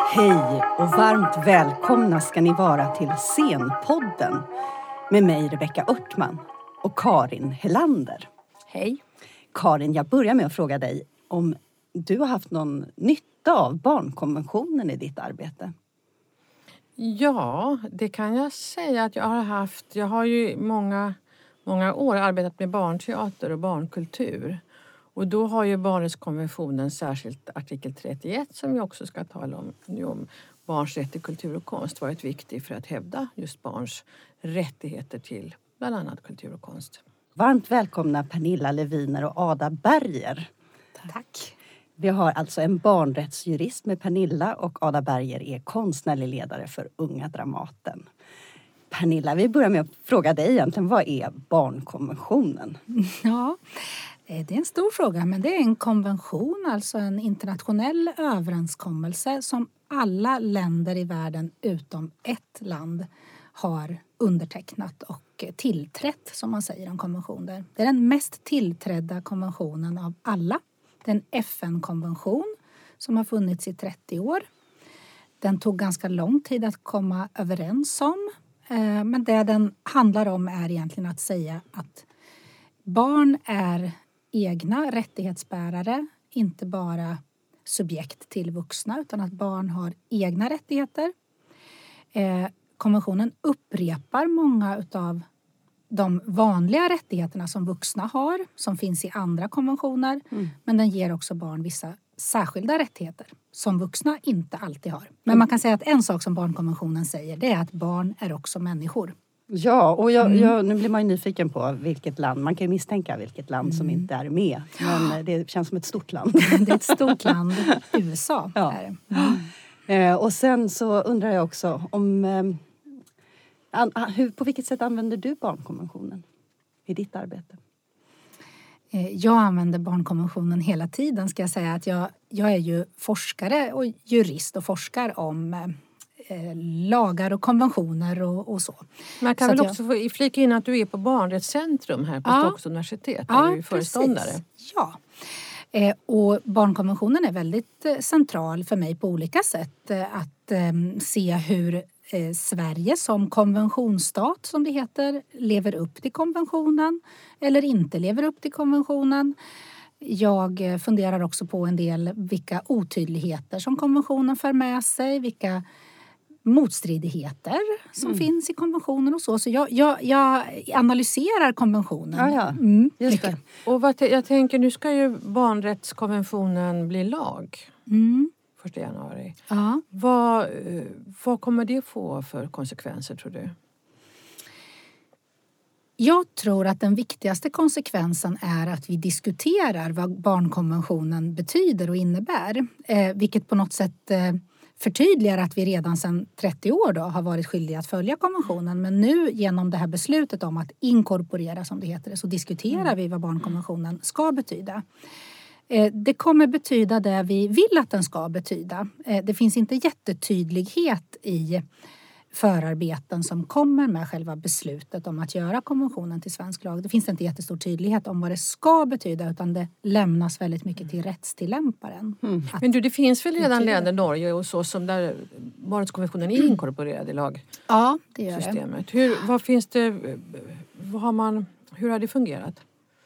Hej och varmt välkomna ska ni vara till Scenpodden med mig Rebecka Örtman och Karin Helander. Hej. Karin, jag börjar med att fråga dig om du har haft någon nytta av barnkonventionen i ditt arbete? Ja, det kan jag säga att jag har haft. Jag har ju många år arbetat med barnteater och barnkultur. Och då har ju barnrättskonventionen, särskilt artikel 31 som vi också ska tala om nu, om barns rätt till kultur och konst, varit viktig för att hävda just barns rättigheter till bland annat kultur och konst. Varmt välkomna Pernilla Leviner och Ada Berger. Tack. Vi har alltså en barnrättsjurist med Pernilla och Ada Berger är konstnärlig ledare för Unga Dramaten. Pernilla, vi börjar med att fråga dig egentligen, vad är barnkonventionen? Ja, det är en stor fråga, men det är en konvention, alltså en internationell överenskommelse som alla länder i världen utom ett land har undertecknat och tillträtt, som man säger om konventioner. Det är den mest tillträdda konventionen av alla. Det är en FN-konvention som har funnits i 30 år. Den tog ganska lång tid att komma överens om. Men det den handlar om är egentligen att säga att barn är egna rättighetsbärare, inte bara subjekt till vuxna, utan att barn har egna rättigheter. Konventionen upprepar många av de vanliga rättigheterna som vuxna har, som finns i andra konventioner. Men den ger också barn vissa särskilda rättigheter som vuxna inte alltid har. Men man kan säga att en sak som barnkonventionen säger, det är att barn är också människor. Ja, och nu blir man ju nyfiken på vilket land. Man kan ju misstänka vilket land som inte är med. Men det känns som ett stort land. Det är ett stort land, USA. Ja. Är det. Och sen så undrar jag också om på vilket sätt använder du barnkonventionen i ditt arbete? Jag använder barnkonventionen hela tiden, ska jag säga. Att jag är ju forskare och jurist och forskar om lagar och konventioner och så. Man kan väl också få flika in att du är på Barnrättscentrum här på Stockholms universitet. Där du är föreståndare. Precis. Ja. Och barnkonventionen är väldigt central för mig på olika sätt. Att se hur Sverige som konventionsstat, som det heter, lever upp till konventionen eller inte lever upp till konventionen. Jag funderar också på en del vilka otydligheter som konventionen för med sig, vilka motstridigheter som finns i konventionen och så. Så jag analyserar konventionen. Ja, just det. Och jag tänker, nu ska ju barnrättskonventionen bli lag. 1 januari. Ja. Vad kommer det få för konsekvenser, tror du? Jag tror att den viktigaste konsekvensen är att vi diskuterar vad barnkonventionen betyder och innebär. Vilket på något sätt förtydligar att vi redan sedan 30 år då har varit skyldiga att följa konventionen. Men nu genom det här beslutet om att inkorporera, som det heter, så diskuterar vi vad barnkonventionen ska betyda. Det kommer betyda det vi vill att den ska betyda. Det finns inte jättetydlighet i förarbeten som kommer med själva beslutet om att göra konventionen till svensk lag. Det finns inte jättestor tydlighet om vad det ska betyda, utan det lämnas väldigt mycket till rättstillämparen. Men det finns väl redan länder, Norge och så, som där barnrättskonventionen är inkorporerad i lagsystemet. Ja, det gör det. Hur har det fungerat?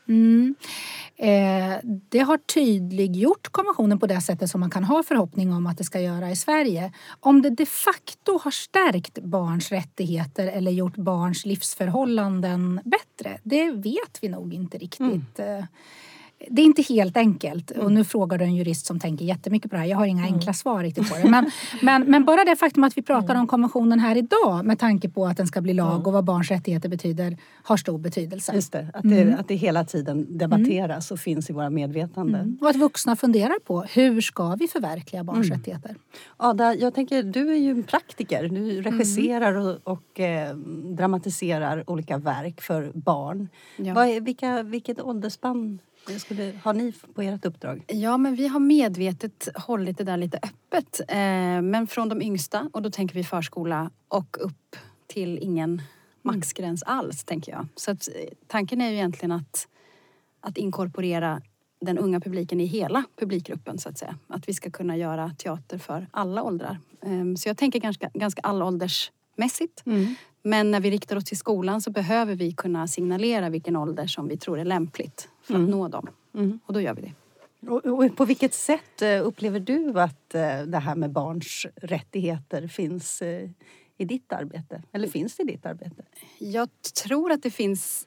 Det har tydliggjort konventionen på det sättet som man kan ha förhoppning om att det ska göra i Sverige. Om det de facto har stärkt barns rättigheter eller gjort barns livsförhållanden bättre, det vet vi nog inte riktigt. Det är inte helt enkelt. Och nu frågar du en jurist som tänker jättemycket på det här. Jag har inga enkla svar riktigt på det. Men bara det faktum att vi pratar om konventionen här idag med tanke på att den ska bli lag och vad barns rättigheter betyder har stor betydelse. Just det, att det hela tiden debatteras och finns i våra medvetande. Och att vuxna funderar på hur ska vi förverkliga barns rättigheter. Ada, jag tänker, du är ju en praktiker. Du regisserar och dramatiserar olika verk för barn. Ja. Vilket åldersspann har ni på ert uppdrag? Ja, men vi har medvetet hållit det där lite öppet. Men från de yngsta, och då tänker vi förskola, och upp till ingen maxgräns alls, tänker jag. Så att tanken är ju egentligen att inkorporera den unga publiken i hela publikgruppen så att säga. Att vi ska kunna göra teater för alla åldrar. Så jag tänker ganska allåldersmässigt. Men när vi riktar oss till skolan så behöver vi kunna signalera vilken ålder som vi tror är lämpligt för att nå dem. Och då gör vi det. Och på vilket sätt upplever du att det här med barns rättigheter finns i ditt arbete? Eller finns det i ditt arbete? Jag tror att det finns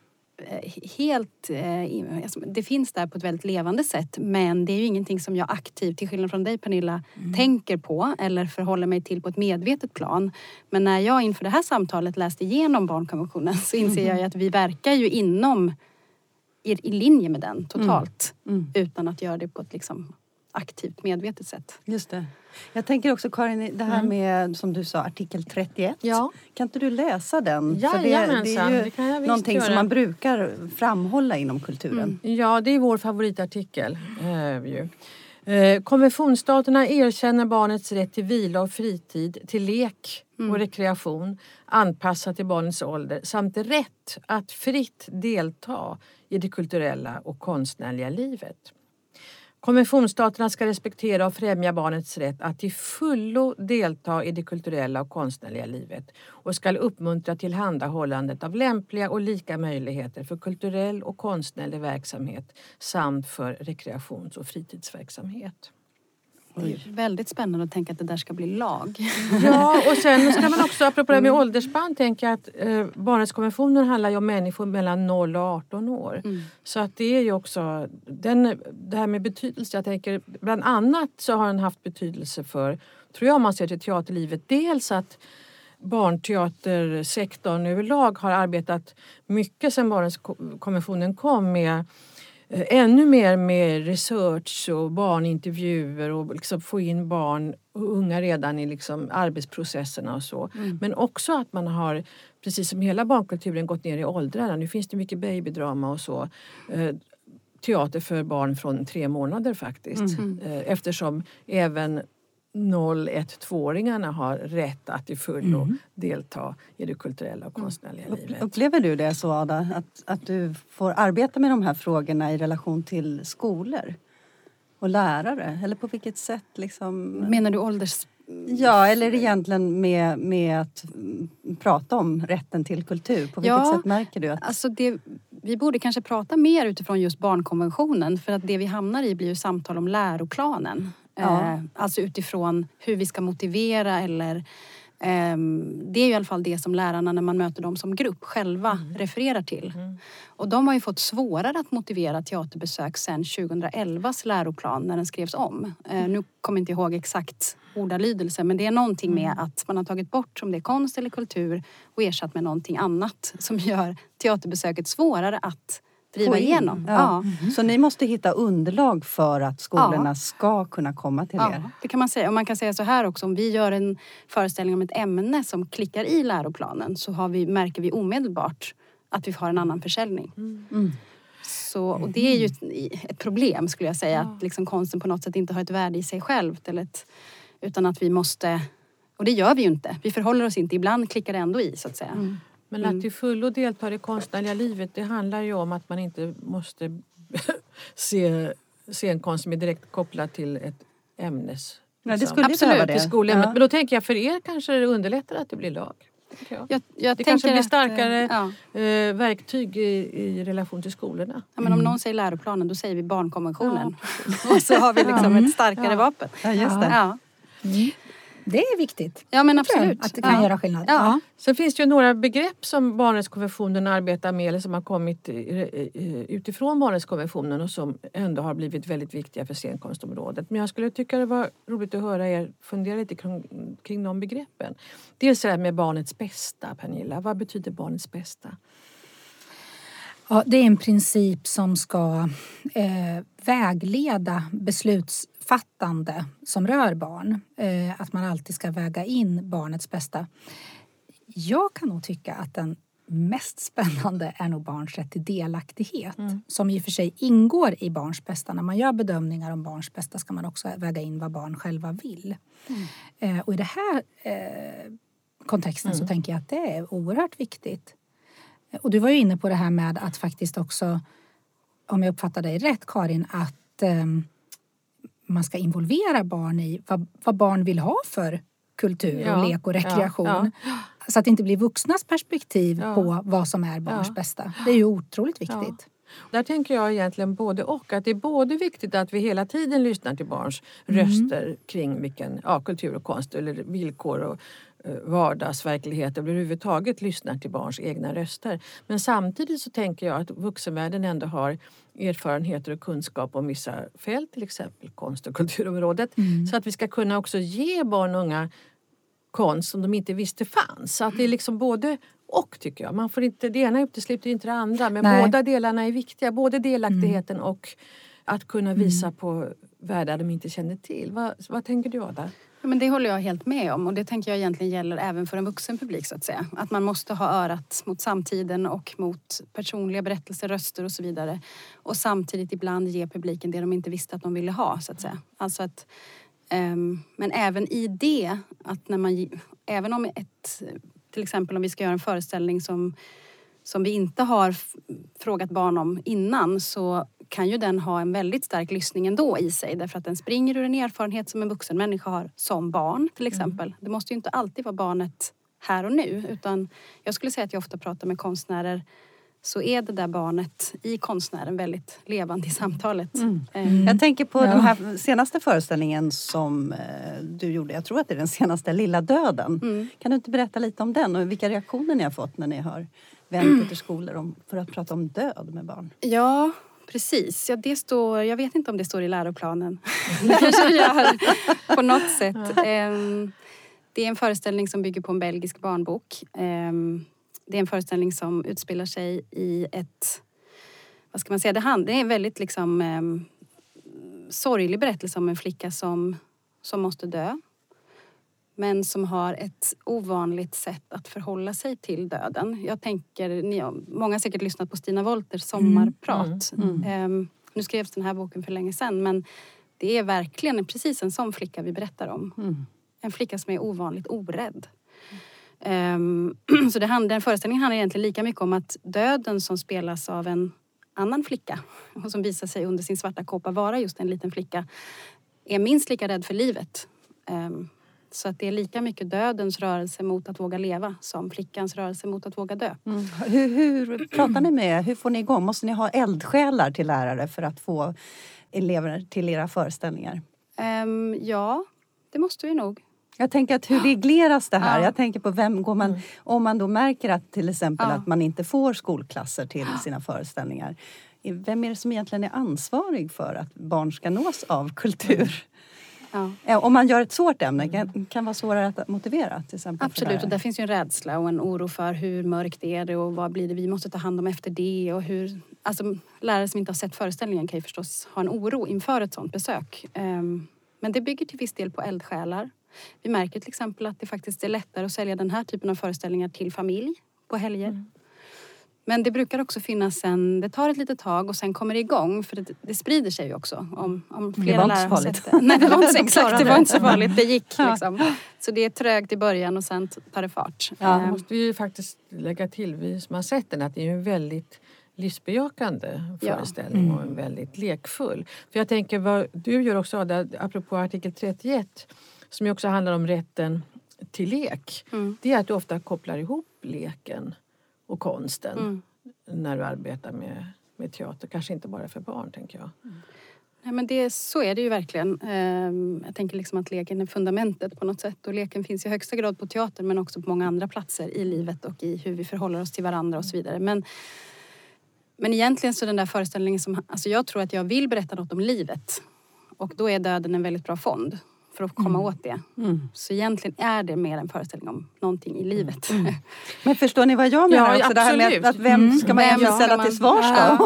det finns där på ett väldigt levande sätt, men det är ju ingenting som jag aktivt, till skillnad från dig Pernilla, tänker på eller förhåller mig till på ett medvetet plan. Men när jag inför det här samtalet läste igenom barnkonventionen så inser jag ju att vi verkar ju i linje med den totalt utan att göra det på ett liksom aktivt medvetet sätt. Just det. Jag tänker också Karin, det här med som du sa artikel 31. Ja. Kan inte du läsa den? Ja, för det är ju det kan jag visst någonting göra. som man brukar framhålla inom kulturen. Ja, det är vår favoritartikel. Konventionsstaterna erkänner barnets rätt till vila och fritid, till lek och rekreation anpassat till barnets ålder samt rätt att fritt delta i det kulturella och konstnärliga livet. Konventionsstaterna ska respektera och främja barnets rätt att till fullo delta i det kulturella och konstnärliga livet och ska uppmuntra tillhandahållandet av lämpliga och lika möjligheter för kulturell och konstnärlig verksamhet samt för rekreations- och fritidsverksamhet. Det är ju väldigt spännande att tänka att det där ska bli lag. Ja, och sen ska man också, apropå det med åldersspann, tänka att barnrättskonventionen handlar ju om människor mellan 0 och 18 år. Så att det är ju också, det här med betydelse, jag tänker bland annat så har den haft betydelse för, tror jag man ser till teaterlivet, dels att barnteatersektorn överlag har arbetat mycket sedan barnrättskonventionen kom med ännu mer med research och barnintervjuer och liksom få in barn och unga redan i liksom arbetsprocesserna och så. Men också att man har, precis som hela barnkulturen, gått ner i åldrarna. Nu finns det mycket babydrama och så. Teater för barn från 3 månader faktiskt. Eftersom även 0-1-2-åringarna har rätt att i fullo delta i det kulturella och konstnärliga livet. Upplever du det så, Ada? Att du får arbeta med de här frågorna i relation till skolor och lärare? Eller på vilket sätt liksom? Menar du ålders... Ja, eller egentligen med att prata om rätten till kultur. På vilket sätt märker du att... Alltså vi borde kanske prata mer utifrån just barnkonventionen. För att det vi hamnar i blir ju samtal om läroplanen. Ja. Alltså utifrån hur vi ska motivera eller... det är ju i alla fall det som lärarna när man möter dem som grupp själva refererar till. Och de har ju fått svårare att motivera teaterbesök sedan 2011s läroplan när den skrevs om. Nu kommer jag inte ihåg exakt ordalydelse, men det är någonting med att man har tagit bort om det är konst eller kultur och ersatt med någonting annat som gör teaterbesöket svårare att driva igenom. Ja. Så ni måste hitta underlag för att skolorna ska kunna komma till er? Det kan man säga. Och man kan säga så här också, om vi gör en föreställning om ett ämne som klickar i läroplanen så märker vi omedelbart att vi har en annan försäljning. Så, och det är ju ett problem skulle jag säga, att liksom konsten på något sätt inte har ett värde i sig självt. Utan att vi måste, och det gör vi ju inte. Vi förhåller oss inte, ibland klickar det ändå i så att säga. Men att till fullo delta i det konstnärliga livet, det handlar ju om att man inte måste se en konst som är direkt kopplad till ett ämnes. Nej, det skulle absolut till skolämnet. Men då tänker jag, för er kanske det underlättar att det blir lag. Det kanske blir starkare verktyg i relation till skolorna. Ja, men om någon säger läroplanen, då säger vi barnkonventionen. Och så har vi liksom ett starkare vapen. Ja, just det. Ja. Det är viktigt. Ja, men absolut. Att det kan göra skillnad. Ja. Sen finns det ju några begrepp som barnrättskonventionen arbetar med eller som har kommit utifrån barnrättskonventionen och som ändå har blivit väldigt viktiga för scenkonstområdet. Men jag skulle tycka det var roligt att höra er fundera lite kring de begreppen. Dels det här med barnets bästa, Pernilla. Vad betyder barnets bästa? Ja, det är en princip som ska vägleda beslutsfattande som rör barn. Att man alltid ska väga in barnets bästa. Jag kan nog tycka att den mest spännande är nog barns rätt till delaktighet. Som i och för sig ingår i barns bästa. När man gör bedömningar om barns bästa ska man också väga in vad barn själva vill. Och i det här kontexten så tänker jag att det är oerhört viktigt. Och du var ju inne på det här med att faktiskt också, om jag uppfattar dig rätt Karin, att att man ska involvera barn i vad barn vill ha för kultur och lek och rekreation. Ja. Så att det inte blir vuxnas perspektiv på vad som är barns bästa. Det är ju otroligt viktigt. Ja. Där tänker jag egentligen både och. Att det är både viktigt att vi hela tiden lyssnar till barns röster kring vilken kultur och konst eller villkor och vardagsverklighet överhuvudtaget lyssnar till barns egna röster. Men samtidigt så tänker jag att vuxenvärlden ändå har erfarenheter och kunskap om vissa fält, till exempel konst- och kulturområdet. Så att vi ska kunna också ge barn och unga konst som de inte visste fanns. Så att det är liksom både och, tycker jag. Man får inte, det ena utesluter inte det andra. Men båda delarna är viktiga. Både delaktigheten och att kunna visa på världar de inte känner till. Vad tänker du, Ada? Ja, men det håller jag helt med om. Och det tänker jag egentligen gäller även för en vuxen publik, så att säga. Att man måste ha örat mot samtiden och mot personliga berättelser, röster och så vidare. Och samtidigt ibland ge publiken det de inte visste att de ville ha, så att säga. Alltså att men även i det, att när man, även om till exempel om vi ska göra en föreställning som vi inte har frågat barn om innan, så kan ju den ha en väldigt stark lyssning ändå i sig. Därför att den springer ur en erfarenhet som en vuxen människa har som barn, till exempel. Det måste ju inte alltid vara barnet här och nu, utan jag skulle säga att jag ofta pratar med konstnärer, så är det där barnet i konstnären väldigt levande i samtalet. Jag tänker på den här senaste föreställningen som du gjorde. Jag tror att det är den senaste, Lilla döden. Kan du inte berätta lite om den och vilka reaktioner ni har fått när ni har vänt till skolor för att prata om död med barn? Ja, precis. Ja, det står, jag vet inte om det står i läroplanen. Det kanske det gör på något sätt. Det är en föreställning som bygger på en belgisk barnbok. Det är en föreställning som utspelar sig i ett, vad ska man säga, det är en väldigt liksom sorglig berättelse om en flicka som måste dö. Men som har ett ovanligt sätt att förhålla sig till döden. Jag tänker, många har säkert lyssnat på Stina Wolters sommarprat. Nu skrevs den här boken för länge sedan, men det är verkligen precis en sån flicka vi berättar om. En flicka som är ovanligt orädd. Så den föreställningen handlar egentligen lika mycket om att döden som spelas av en annan flicka och som visar sig under sin svarta kåpa vara just en liten flicka, är minst lika rädd för livet. Så att det är lika mycket dödens rörelse mot att våga leva som flickans rörelse mot att våga dö. Hur pratar ni med? Hur får ni igång? Måste ni ha eldsjälar till lärare för att få elever till era föreställningar? Ja, det måste vi nog. Jag tänker att hur regleras det här? Jag tänker på vem går man, om man då märker att till exempel att man inte får skolklasser till sina föreställningar. Vem är det som egentligen är ansvarig för att barn ska nås av kultur? Om man gör ett svårt ämne kan vara svårare att motivera till exempel. Absolut, och där finns ju en rädsla och en oro för hur mörkt är det och vad blir det vi måste ta hand om efter det. Och hur, alltså, lärare som inte har sett föreställningen kan ju förstås ha en oro inför ett sådant besök. Men det bygger till viss del på eldsjälar. Vi märker till exempel att det faktiskt är lättare att sälja den här typen av föreställningar till familj på helger. Men det brukar också finnas det tar ett litet tag och sen kommer det igång. För det sprider sig ju också. Om flera lärare har sett det. Nej, det var inte så exakt. Det var inte så farligt. Det gick liksom. Så det är trögt i början och sen tar det fart. Det måste vi ju faktiskt lägga till, vi som har sett den, att det är en väldigt livsbejakande föreställning och en väldigt lekfull. För jag tänker vad du gör också, apropå artikel 31, som ju också handlar om rätten till lek. Det är att du ofta kopplar ihop leken och konsten när du arbetar med teater. Kanske inte bara för barn, tänker jag. Nej, men så är det ju verkligen. Jag tänker liksom att leken är fundamentet på något sätt. Och leken finns i högsta grad på teater, men också på många andra platser i livet och i hur vi förhåller oss till varandra och så vidare. Men egentligen så den där föreställningen alltså jag tror att jag vill berätta något om livet. Och då är döden en väldigt bra fond för att komma åt det. Så egentligen är det mer en föreställning om någonting i livet. Men förstår ni vad jag menar? Ja, också det här med att vem ska man Vem ställa till svars då?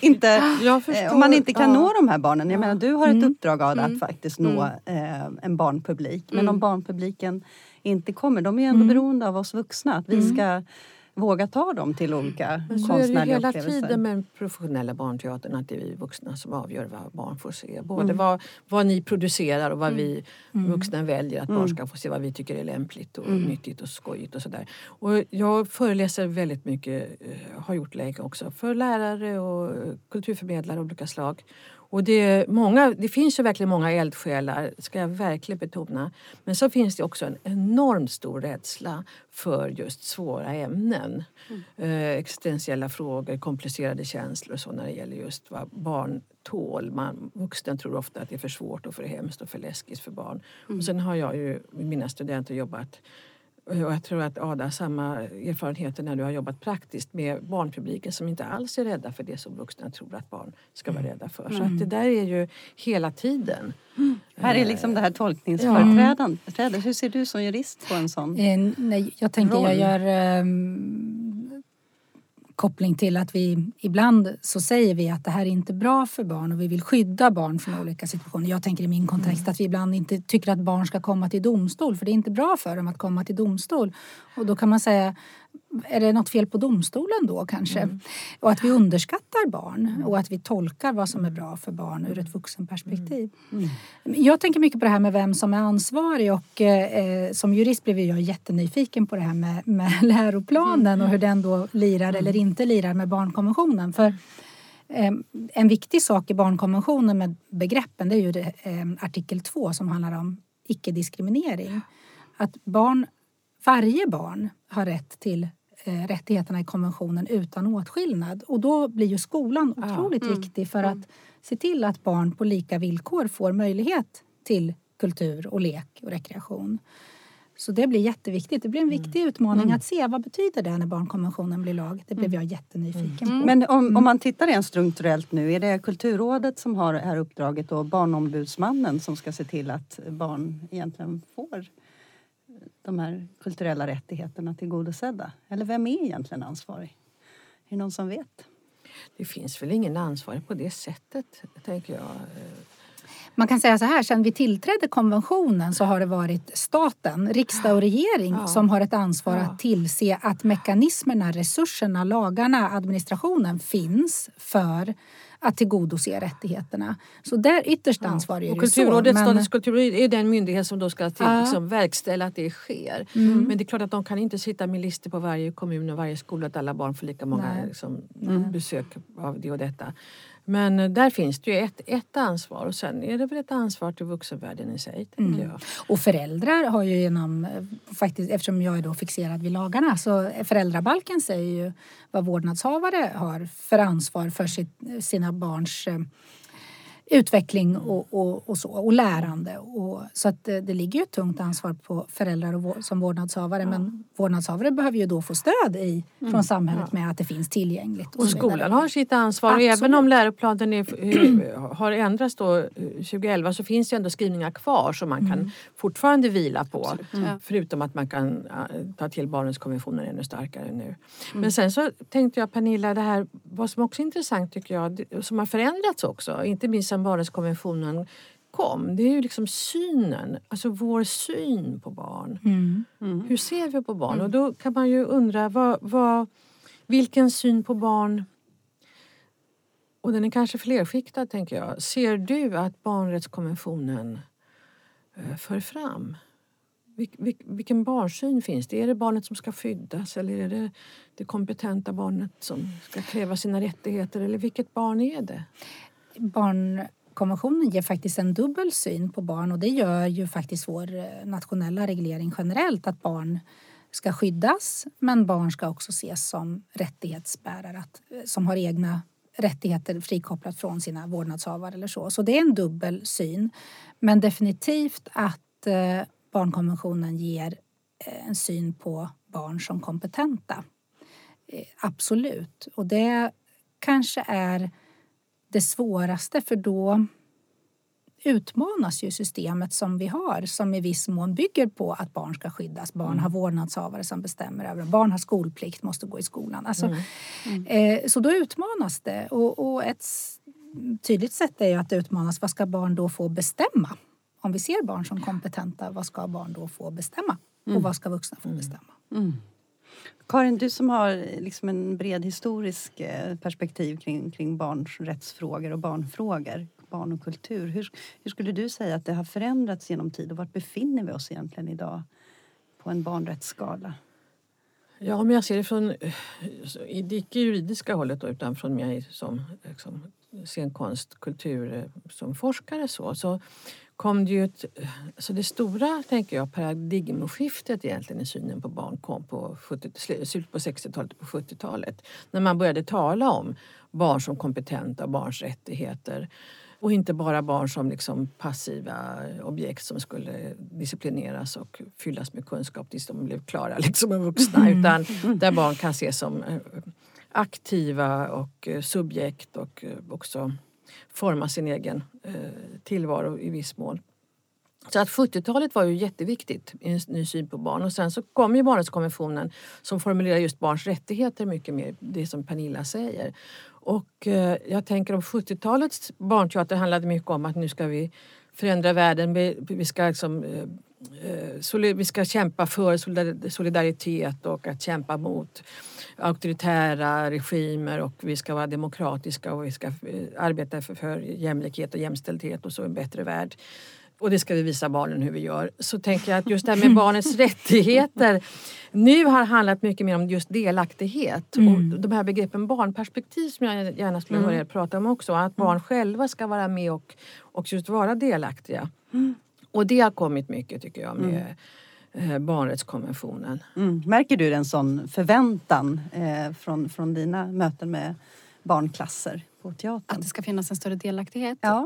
Om man inte kan nå de här barnen. Jag menar, du har ett uppdrag av att faktiskt nå en barnpublik. Men om barnpubliken inte kommer, de är ändå beroende av oss vuxna. Att vi ska våga ta dem till olika konstnärliga upplevelser. Så är det hela tiden med professionella barnteatern, att det är vi vuxna som avgör vad barn får se. Både vad ni producerar och vad vi vuxna väljer att barn ska få se, vad vi tycker är lämpligt och nyttigt och skojigt och sådär. Och jag föreläser väldigt mycket, har gjort läge också, för lärare och kulturförmedlare av olika slag. Och det finns ju verkligen många eldsjälar, ska jag verkligen betona. Men så finns det också en enormt stor rädsla för just svåra ämnen. Existentiella frågor, komplicerade känslor och så när det gäller just vad barn tål. Vuxna tror ofta att det är för svårt och för hemskt och för läskigt för barn. Och sen har jag ju med mina studenter jobbat. Och jag tror att Ada har samma erfarenheter när du har jobbat praktiskt med barnpubliken som inte alls är rädda för det som vuxna tror att barn ska vara rädda för. Så att det där är ju hela tiden. Här är liksom det här tolkningsföreträdandet. Hur ser du som jurist på en sån Nej, jag tänker roll? Jag gör koppling till att vi ibland så säger vi att det här är inte bra för barn och vi vill skydda barn från olika situationer. Jag tänker i min kontext att vi ibland inte tycker att barn ska komma till domstol för det är inte bra för dem att komma till domstol. Och då kan man säga, är det något fel på domstolen då kanske? Och att vi underskattar barn och att vi tolkar vad som är bra för barn ur ett vuxenperspektiv. Jag tänker mycket på det här med vem som är ansvarig och som jurist blev jag jättenyfiken på det här med läroplanen och hur den då lirar eller inte lirar med barnkonventionen. För en viktig sak i barnkonventionen med begreppen det är ju artikel 2 som handlar om icke-diskriminering. Att varje barn har rätt till rättigheterna i konventionen utan åtskillnad. Och då blir ju skolan otroligt viktig för att se till att barn på lika villkor får möjlighet till kultur och lek och rekreation. Så det blir jätteviktigt. Det blir en viktig utmaning att se vad betyder det när barnkonventionen blir lag. Det blev jag jättenyfiken på. Men om man tittar rent strukturellt nu, är det Kulturrådet som har det här uppdraget och Barnombudsmannen som ska se till att barn egentligen får de här kulturella rättigheterna tillgodosedda? Eller vem är egentligen ansvarig? Är det någon som vet? Det finns väl ingen ansvarig på det sättet, tänker jag. Man kan säga så här, sedan vi tillträdde konventionen så har det varit staten, riksdag och regering som har ett ansvar att tillse att mekanismerna, resurserna, lagarna, administrationen finns för att tillgodose rättigheterna. Så där ytterst ansvarig är det så. Kulturrådet, Statens kulturråd är den myndighet som då ska liksom verkställa att det sker. Men det är klart att de kan inte sitta med listor på varje kommun och varje skola att alla barn får lika många besök av det och detta. Men där finns det ju ett ansvar och sen är det väl ett ansvar till vuxenvärlden i sig, tänker jag. Och föräldrar har ju faktiskt, eftersom jag är då fixerad vid lagarna, så föräldrabalken säger ju vad vårdnadshavare har för ansvar för sina barns utveckling och så, och lärande. Så att det ligger ju ett tungt ansvar på föräldrar som vårdnadshavare. Men vårdnadshavare behöver ju då få stöd från samhället med att det finns tillgängligt. Och skolan har sitt ansvar. Absolut. Även om läroplanen har ändrats då 2011 så finns det ändå skrivningar kvar som man kan fortfarande vila på. Förutom att man kan ta till barnens konventioner ännu starkare nu. Men sen så tänkte jag, Pernilla, det här, vad som också är intressant tycker jag, som har förändrats också, inte minst sedan barnkonventionen kom, det är ju liksom synen, alltså vår syn på barn. Hur ser vi på barn? Och då kan man ju undra vilken syn på barn, och den är kanske flerskiktad tänker jag. Ser du att barnrättskonventionen för fram? Vilken barnsyn finns det? Är det barnet som ska skyddas eller är det kompetenta barnet som ska kräva sina rättigheter? Eller vilket barn är det? Barnkonventionen ger faktiskt en dubbel syn på barn och det gör ju faktiskt vår nationella reglering generellt att barn ska skyddas men barn ska också ses som rättighetsbärare som har egna rättigheter frikopplat från sina vårdnadshavare eller så. Så det är en dubbel syn men definitivt att barnkonventionen ger en syn på barn som kompetenta. Absolut. Och det kanske är det svåraste för då utmanas ju systemet som vi har som i viss mån bygger på att barn ska skyddas. Barn har vårdnadshavare som bestämmer över. Barn har skolplikt, måste gå i skolan. Alltså, så då utmanas det. Och ett tydligt sätt är ju att det utmanas. Vad ska barn då få bestämma? Om vi ser barn som kompetenta, vad ska barn då få bestämma? Och vad ska vuxna få bestämma? Karin, du som har liksom en bred historisk perspektiv kring barns rättsfrågor och barnfrågor, barn och kultur. Hur skulle du säga att det har förändrats genom tid och vart befinner vi oss egentligen idag på en barnrättsskala? Ja, men jag ser det från det icke juridiska hållet då, utan från mig som scenkonst, kultur som forskare så kom det ju så det stora, tänker jag, paradigmskiftet egentligen i synen på barn kom på slutet på 60-talet och på 70-talet. När man började tala om barn som kompetenta, barns rättigheter. Och inte bara barn som liksom passiva objekt som skulle disciplineras och fyllas med kunskap tills de blev klara liksom av vuxna. Utan där barn kan ses som aktiva och subjekt och också forma sin egen tillvaro i viss mån. Så att 70-talet var ju jätteviktigt i en ny syn på barn. Och sen så kom ju barnrättskonventionen som formulerar just barns rättigheter mycket mer, det som Pernilla säger. Och jag tänker om 70-talets barnteater handlade mycket om att nu ska vi förändra världen. Vi ska liksom, vi ska kämpa för solidaritet och att kämpa mot auktoritära regimer och vi ska vara demokratiska och vi ska arbeta för jämlikhet och jämställdhet och så en bättre värld. Och det ska vi visa barnen hur vi gör. Så tänker jag att just det här med barnets rättigheter nu har handlat mycket mer om just delaktighet. Och de här begreppen barnperspektiv som jag gärna skulle höra er prata om också. Att barn själva ska vara med och just vara delaktiga. Och det har kommit mycket tycker jag med barnrättskonventionen. Märker du en sån förväntan från dina möten med barnklasser på teatern? Att det ska finnas en större delaktighet? Ja.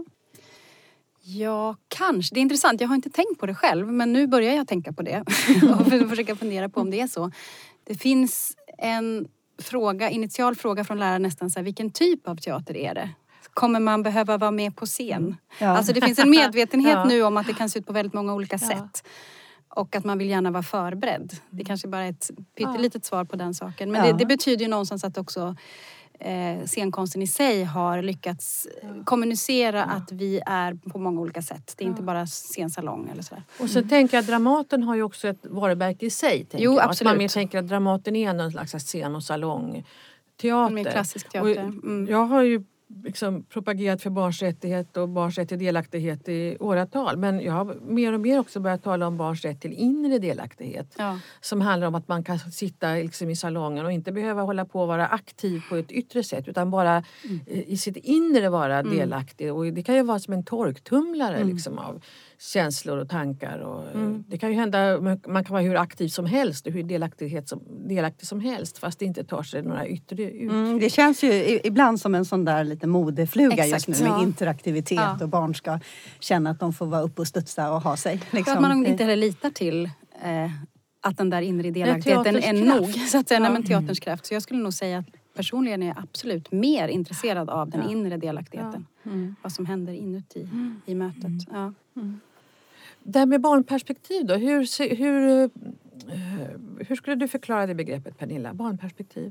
Ja, kanske. Det är intressant. Jag har inte tänkt på det själv, men nu börjar jag tänka på det. Och försöka fundera på om det är så. Det finns en initial fråga från läraren nästan så här, vilken typ av teater är det? Kommer man behöva vara med på scen? Ja. Alltså det finns en medvetenhet nu om att det kan se ut på väldigt många olika sätt. Och att man vill gärna vara förberedd. Det kanske bara är ett pyttelitet svar på den saken. Men det betyder ju någonstans att också scenkonsten i sig har lyckats kommunicera att vi är på många olika sätt. Det är inte bara scensalong eller sådär. Och så tänker jag att Dramaten har ju också ett varumärke i sig. Jo, absolut. Att man mer tänker att Dramaten är någon slags scen- och salongteater. Mer klassisk teater. Jag har ju liksom propagerat för barns rättighet och barns rätt till delaktighet i åratal. Men jag har mer och mer också börjat tala om barns rätt till inre delaktighet. Ja. Som handlar om att man kan sitta liksom i salongen och inte behöva hålla på att vara aktiv på ett yttre sätt. Utan bara i sitt inre vara delaktig. Och det kan ju vara som en torktumlare liksom, av känslor och tankar. Och det kan ju hända, man kan vara hur aktiv som helst och hur delaktig som helst. Fast det inte tar sig några yttre ut. Det känns ju ibland som en sån där lite modefluga just nu med interaktivitet och barn ska känna att de får vara uppe och studsa och ha sig. Liksom. För att man inte heller litar till att den där inre delaktigheten är nog. Så att säga, men teaterns kraft. Så jag skulle nog säga att personligen är jag absolut mer intresserad av den inre delaktigheten. Vad som händer inuti i mötet. Ja. Det här med barnperspektiv då. Hur skulle du förklara det begreppet, Pernilla? Barnperspektiv?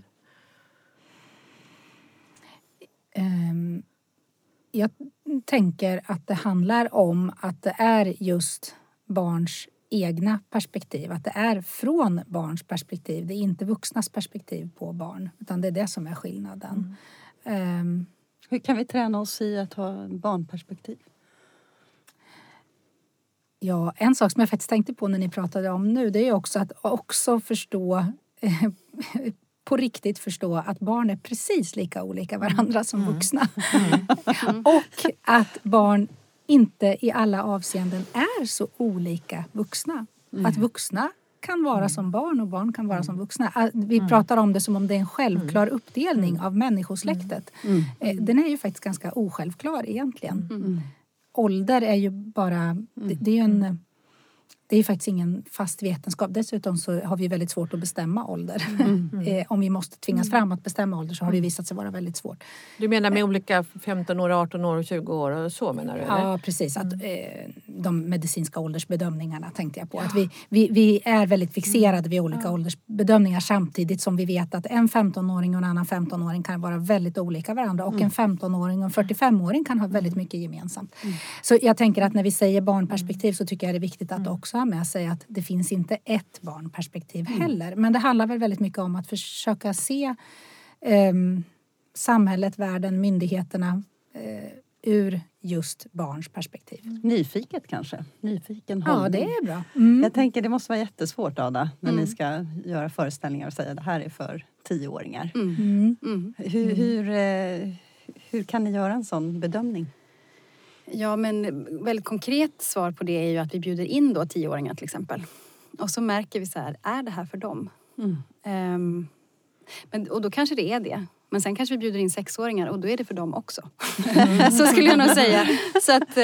Jag tänker att det handlar om att det är just barns egna perspektiv. Att det är från barns perspektiv. Det är inte vuxnas perspektiv på barn. Utan det är det som är skillnaden. Hur kan vi träna oss i att ha barnperspektiv? Ja, en sak som jag faktiskt tänkte på när ni pratade om nu, det är också att också förstå på riktigt förstå att barn är precis lika olika varandra som vuxna. Och att barn inte i alla avseenden är så olika vuxna. Att vuxna kan vara som barn och barn kan vara som vuxna. Vi pratar om det som om det är en självklar uppdelning av människosläktet. Den är ju faktiskt ganska osjälvklar egentligen. Ålder är ju bara, det är faktiskt ingen fast vetenskap. Dessutom så har vi väldigt svårt att bestämma ålder. Om vi måste tvingas fram att bestämma ålder så har det visat sig vara väldigt svårt. Du menar med olika 15 år, 18 år och 20 år och så menar du? Eller? Ja, precis. Att, de medicinska åldersbedömningarna tänkte jag på. Att vi är väldigt fixerade vid olika åldersbedömningar samtidigt som vi vet att en 15-åring och en annan 15-åring kan vara väldigt olika varandra. Och en 15-åring och en 45-åring kan ha väldigt mycket gemensamt. Så jag tänker att när vi säger barnperspektiv så tycker jag det är viktigt att också ha med sig att det finns inte ett barnperspektiv heller. Men det handlar väl väldigt mycket om att försöka se samhället, världen, myndigheterna ur just barns perspektiv. Nyfiket kanske? Nyfiken hållning. Ja, det är bra. Jag tänker det måste vara jättesvårt, Ada, när ni ska göra föreställningar och säga det här är för 10-åringar. Hur Hur kan ni göra en sån bedömning? Ja, men väldigt konkret svar på det är ju att vi bjuder in då 10-åringar till exempel. Och så märker vi så här, är det här för dem? Och då kanske det är det. Men sen kanske vi bjuder in 6-åringar och då är det för dem också. Så skulle jag nog säga. Så att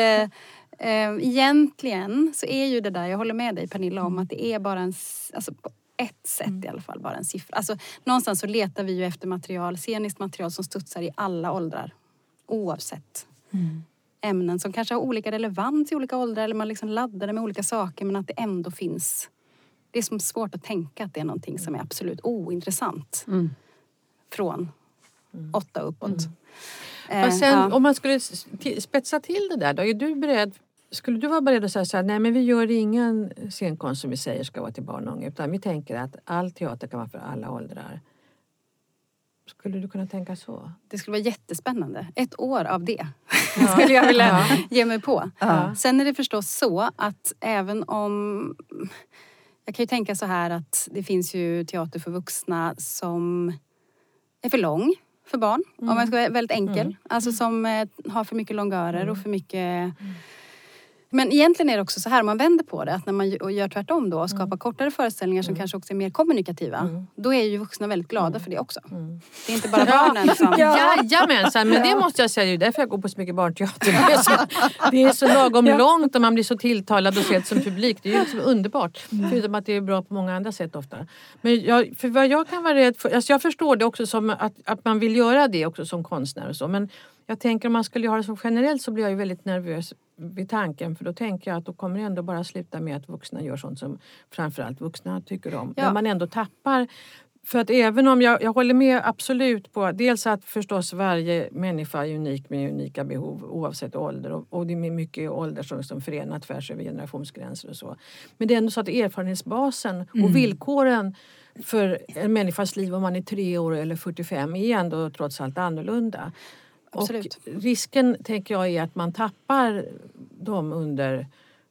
egentligen så är ju det där, jag håller med dig Pernilla om att det är bara alltså på ett sätt i alla fall, bara en siffra. Alltså någonstans så letar vi ju efter material, sceniskt material som studsar i alla åldrar. Oavsett ämnen som kanske har olika relevans i olika åldrar eller man liksom laddar det med olika saker men att det ändå finns. Det är som svårt att tänka att det är någonting som är absolut ointressant från 8 uppåt. Och sen, om man skulle spetsa till det där, då är du beredd, skulle du vara beredd att säga så här, nej men vi gör ingen scenkonst som vi säger ska vara till barn och unga, utan vi tänker att all teater kan vara för alla åldrar. Skulle du kunna tänka så? Det skulle vara jättespännande. 1 år av det skulle jag vilja ge mig på. Sen är det förstås så att även om... Jag kan ju tänka så här att det finns ju teater för vuxna som är för lång för barn. Om man ska vara väldigt enkel. Alltså som har för mycket långörer och för mycket... Men egentligen är det också så här, om man vänder på det, att när man gör tvärtom då och skapar kortare föreställningar som kanske också är mer kommunikativa, då är ju vuxna väldigt glada för det också. Det är inte bara barnen som... Jajamensan, men det måste jag säga, det är därför jag går på så mycket barnteater. Det är så lagom långt och man blir så tilltalad och sett som publik. Det är ju så underbart, förutom att det är bra på många andra sätt ofta. Men för vad jag kan vara rädd för, alltså jag förstår det också som att man vill göra det också som konstnär och så, men jag tänker om man skulle göra det som generellt så blir jag ju väldigt nervös vid tanken. För då tänker jag att då kommer det ändå bara sluta med att vuxna gör sånt som framförallt vuxna tycker om. Ja. När man ändå tappar. För att även om jag håller med absolut på dels att förstås varje människa är unik med unika behov oavsett ålder. Och det är mycket ålder som förenar tvärs över generationsgränser och så. Men det är ändå så att erfarenhetsbasen och villkoren för en människas liv om man är 3 år eller 45 är ändå trots allt annorlunda. Absolut. Och risken tänker jag är att man tappar dem under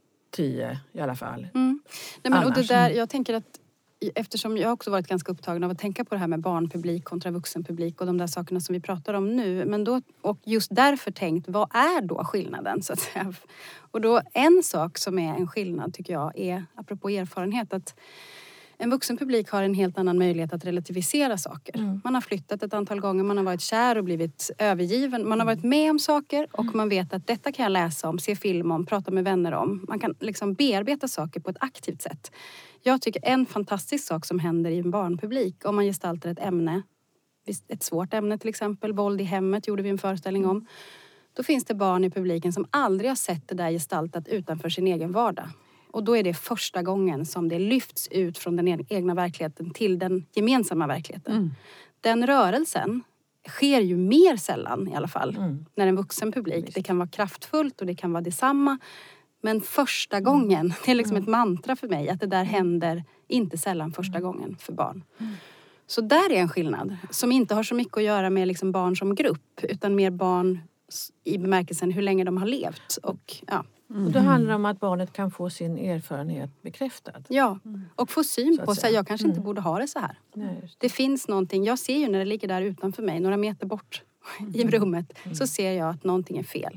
10 i alla fall. Nej, men, och det där, jag tänker att eftersom jag också varit ganska upptagen av att tänka på det här med barnpublik kontra vuxenpublik och de där sakerna som vi pratar om nu. Men då, och just därför tänkt, vad är då skillnaden så att säga? Och då en sak som är en skillnad tycker jag är, apropå erfarenhet, att en vuxen publik har en helt annan möjlighet att relativisera saker. Man har flyttat ett antal gånger, man har varit kär och blivit övergiven. Man har varit med om saker och man vet att detta kan jag läsa om, se film om, prata med vänner om. Man kan liksom bearbeta saker på ett aktivt sätt. Jag tycker en fantastisk sak som händer i en barnpublik om man gestaltar ett ämne, ett svårt ämne till exempel, våld i hemmet gjorde vi en föreställning om. Då finns det barn i publiken som aldrig har sett det där gestaltat utanför sin egen vardag. Och då är det första gången som det lyfts ut från den egna verkligheten till den gemensamma verkligheten. Den rörelsen sker ju mer sällan i alla fall när en vuxen publik. Det kan vara kraftfullt och det kan vara detsamma. Men första gången, det är liksom ett mantra för mig att det där händer inte sällan första gången för barn. Så där är en skillnad som inte har så mycket att göra med liksom barn som grupp utan mer barn i bemärkelsen hur länge de har levt och ja. Och då handlar det om att barnet kan få sin erfarenhet bekräftad. Ja, och få syn på sig. Jag kanske inte borde ha det så här. Nej, det finns någonting, jag ser ju när det ligger där utanför mig, några meter bort i rummet, så ser jag att någonting är fel.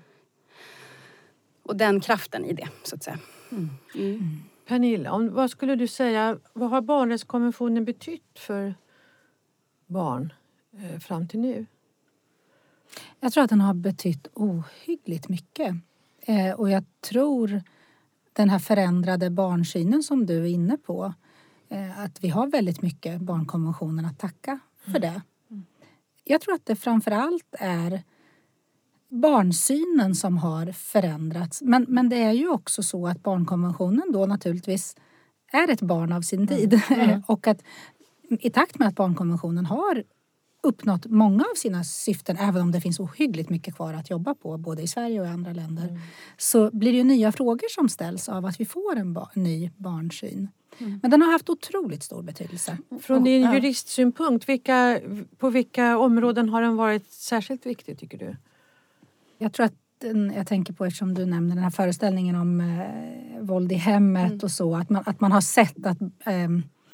Och den kraften i det, så att säga. Pernilla, vad skulle du säga, vad har barnrättskonventionen betytt för barn fram till nu? Jag tror att den har betytt ohyggligt mycket. Och jag tror den här förändrade barnsynen som du är inne på, att vi har väldigt mycket barnkonventionen att tacka för det. Jag tror att det framförallt är barnsynen som har förändrats. Men det är ju också så att barnkonventionen då naturligtvis är ett barn av sin tid. Och att i takt med att barnkonventionen har uppnått många av sina syften, även om det finns ohyggligt mycket kvar att jobba på, både i Sverige och i andra länder, så blir det ju nya frågor som ställs av att vi får en ny barnsyn. Men den har haft otroligt stor betydelse. Från din juristsynpunkt, på vilka områden har den varit särskilt viktig tycker du? Jag tror att jag tänker på, eftersom du nämnde den här föreställningen om våld i hemmet och så, att man har sett att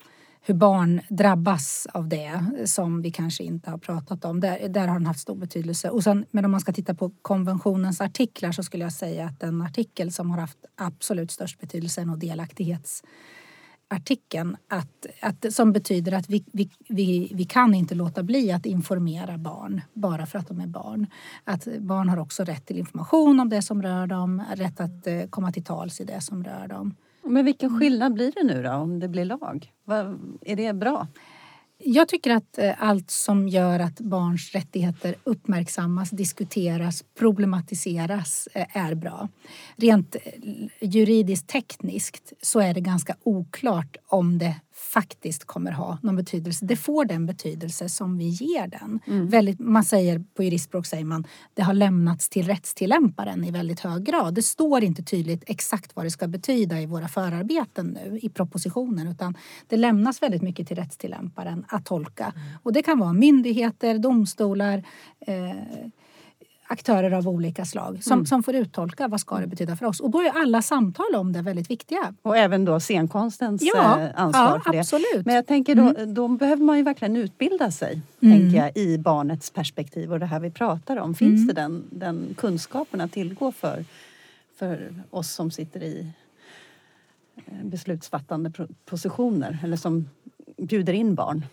hur barn drabbas av det som vi kanske inte har pratat om. Där har den haft stor betydelse. Och sen, men om man ska titta på konventionens artiklar så skulle jag säga att den artikel som har haft absolut störst betydelse är nog delaktighetsartikeln. Som betyder att vi kan inte låta bli att informera barn bara för att de är barn. Att barn har också rätt till information om det som rör dem, rätt att komma till tals i det som rör dem. Men vilken skillnad blir det nu då om det blir lag? Är det bra? Jag tycker att allt som gör att barns rättigheter uppmärksammas, diskuteras, problematiseras är bra. Rent juridiskt tekniskt så är det ganska oklart om det faktiskt kommer ha någon betydelse. Det får den betydelse som vi ger den. Man säger, på juristspråk säger man, det har lämnats till rättstillämparen i väldigt hög grad. Det står inte tydligt exakt vad det ska betyda i våra förarbeten nu i propositionen, utan det lämnas väldigt mycket till rättstillämparen att tolka. Och det kan vara myndigheter, domstolar, aktörer av olika slag som får uttolka vad ska det betyda för oss. Och då är alla samtal om det väldigt viktiga. Och även då scenkonstens ansvar för det. Absolut. Men jag tänker då behöver man ju verkligen utbilda sig tänker jag, i barnets perspektiv och det här vi pratar om. Finns det den kunskapen att tillgå för oss som sitter i beslutsfattande positioner eller som bjuder in barn?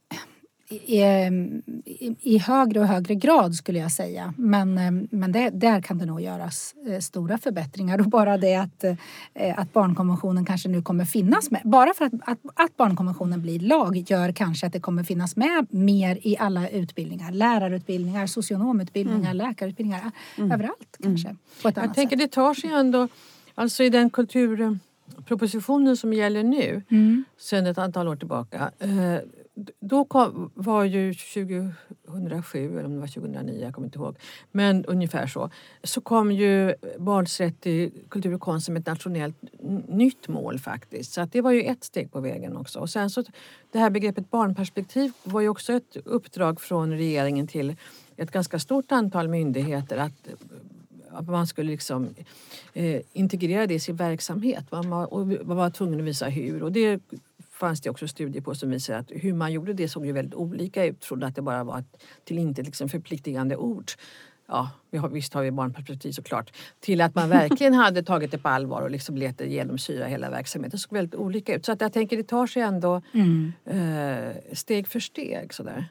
I högre och högre grad skulle jag säga. Men där kan det nog göras stora förbättringar. Och bara det att barnkonventionen kanske nu kommer finnas med. Bara för att barnkonventionen blir lag gör kanske att det kommer finnas med mer i alla utbildningar. Lärarutbildningar, socionomutbildningar, läkarutbildningar. Överallt kanske. På ett annat tänker sätt. det tar sig ändå, alltså i den kulturpropositionen som gäller nu, sedan ett antal år tillbaka. Då var ju 2007 eller om det var 2009, jag kommer inte ihåg. Men ungefär så kom ju barns rätt till kultur och konst som ett nationellt nytt mål faktiskt. Så att det var ju ett steg på vägen också. Och sen så det här begreppet barnperspektiv var ju också ett uppdrag från regeringen till ett ganska stort antal myndigheter att man skulle liksom integrera det i sin verksamhet. Man var tvungen att visa hur. Och det fanns det också studier på som visar att hur man gjorde det såg ju väldigt olika ut. Från att det bara var ett till inte liksom förpliktigande ord. Ja, visst har vi barnperspektiv såklart. Till att man verkligen hade tagit det på allvar och liksom lät det genomsyra hela verksamheten. Det såg väldigt olika ut. Så att jag tänker det tar sig ändå steg för steg sådär.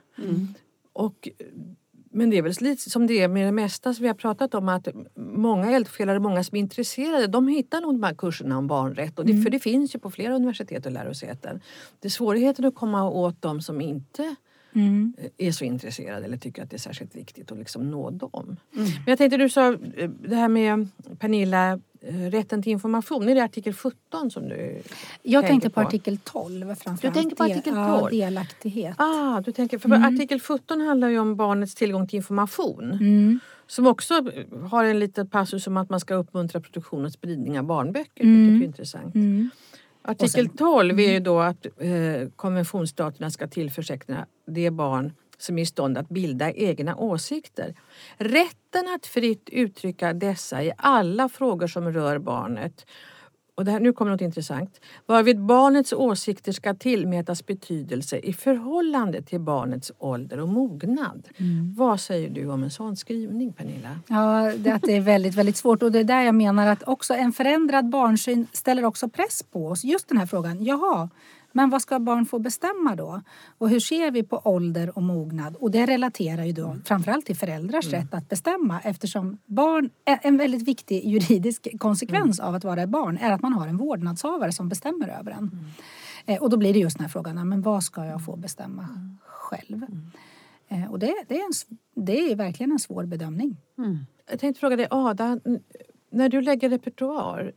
Men det är väl lite som det är med det mesta som vi har pratat om, att många eldsjälar, många som är intresserade, de hittar nog de här kurserna om barnrätt. Och för det finns ju på flera universitet och lärosäten. Det är svårigheten att komma åt dem som inte är så intresserade eller tycker att det är särskilt viktigt att liksom nå dem. Men jag tänkte, du sa det här med Pernilla, rätten till information. Är det artikel 17 som du Jag tänkte på artikel 12 framförallt. Du tänker på artikel 12? Ja, delaktighet. Du tänker, för artikel 17 handlar ju om barnets tillgång till information. Som också har en liten passus om att man ska uppmuntra produktion och spridning av barnböcker. Vilket är intressant. Artikel 12 är ju då att konventionsstaterna ska tillförsäkra det barn som är i stånd att bilda egna åsikter. Rätten att fritt uttrycka dessa i alla frågor som rör barnet. Och nu kommer något intressant. Varvid barnets åsikter ska tillmätas betydelse i förhållande till barnets ålder och mognad. Vad säger du om en sån skrivning, Pernilla? Ja, det är väldigt, väldigt svårt. Och det är där jag menar att också en förändrad barnsyn ställer också press på oss. Just den här frågan. Jaha, men vad ska barn få bestämma då? Och hur ser vi på ålder och mognad? Och det relaterar ju då framförallt till föräldrars rätt att bestämma. Eftersom barn, en väldigt viktig juridisk konsekvens av att vara barn är att man har en vårdnadshavare som bestämmer över en. Och då blir det just den här frågan, men vad ska jag få bestämma själv? Och det är verkligen en svår bedömning. Jag tänkte fråga dig, Ada, när du lägger repertoar,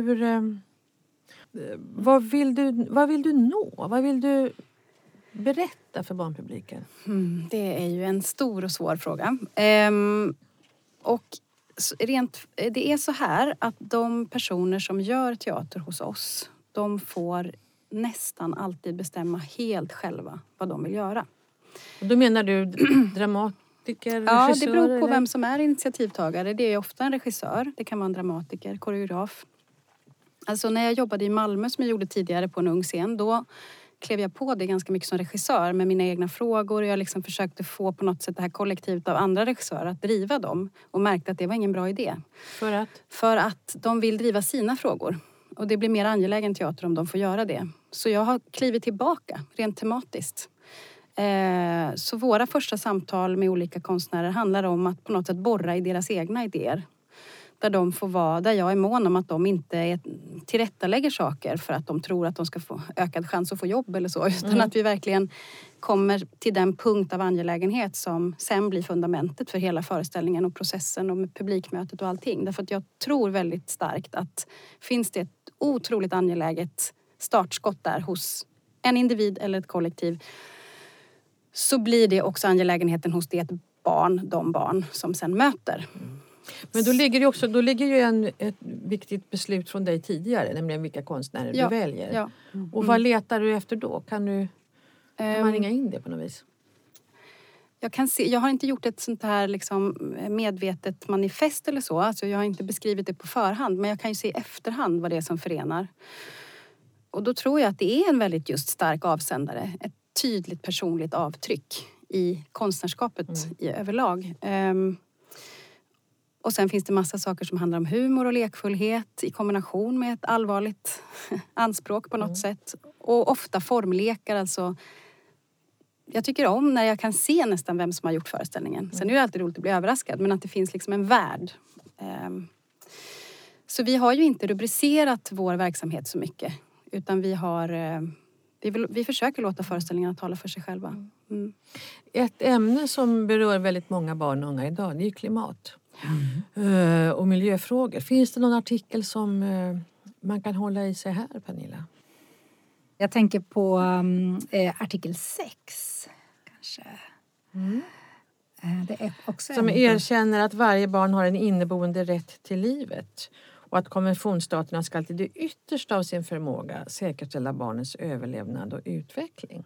vad vill du nå? Vad vill du berätta för barnpubliken? Det är ju en stor och svår fråga. Och det är så här att de personer som gör teater hos oss, de får nästan alltid bestämma helt själva vad de vill göra. Och då menar du dramatiker, regissör? Ja, det beror på vem som är initiativtagare. Det är ofta en regissör, det kan vara en dramatiker, koreograf. Alltså när jag jobbade i Malmö som jag gjorde tidigare på en ung scen, då klev jag på det ganska mycket som regissör med mina egna frågor. Jag liksom försökte få på något sätt det här kollektivet av andra regissörer att driva dem. Och märkte att det var ingen bra idé. För att de vill driva sina frågor. Och det blir mer angelägen teater om de får göra det. Så jag har klivit tillbaka rent tematiskt. Så våra första samtal med olika konstnärer handlar om att på något sätt borra i deras egna idéer. Där de får vara, där jag är mån om att de inte tillrättalägger saker för att de tror att de ska få ökad chans att få jobb eller så. Utan att vi verkligen kommer till den punkt av angelägenhet som sen blir fundamentet för hela föreställningen och processen och med publikmötet och allting. Därför att jag tror väldigt starkt att finns det ett otroligt angeläget startskott där hos en individ eller ett kollektiv, så blir det också angelägenheten hos de barn som sen möter. Men då ligger ju ett viktigt beslut från dig tidigare, nämligen vilka konstnärer du väljer. Ja. Och vad letar du efter då? Kan man ringa in det på något vis? Jag har inte gjort ett sånt här liksom medvetet manifest eller så. Alltså jag har inte beskrivit det på förhand, men jag kan ju se i efterhand vad det är som förenar. Och då tror jag att det är en väldigt just stark avsändare. Ett tydligt personligt avtryck i konstnärskapet i överlag. Och sen finns det massa saker som handlar om humor och lekfullhet i kombination med ett allvarligt anspråk på något sätt. Och ofta formlekar, alltså. Jag tycker om när jag kan se nästan vem som har gjort föreställningen. Sen är det alltid roligt att bli överraskad, men att det finns liksom en värld. Så vi har ju inte rubricerat vår verksamhet så mycket. Utan vi försöker låta föreställningarna tala för sig själva. Ett ämne som berör väldigt många barn och unga idag, det är ju klimat. Och miljöfrågor. Finns det någon artikel som man kan hålla i sig här, Pernilla? Jag tänker på artikel 6 kanske. Det är också som erkänner att varje barn har en inneboende rätt till livet. Och att konventionsstaterna ska till det yttersta av sin förmåga säkerställa barnens överlevnad och utveckling.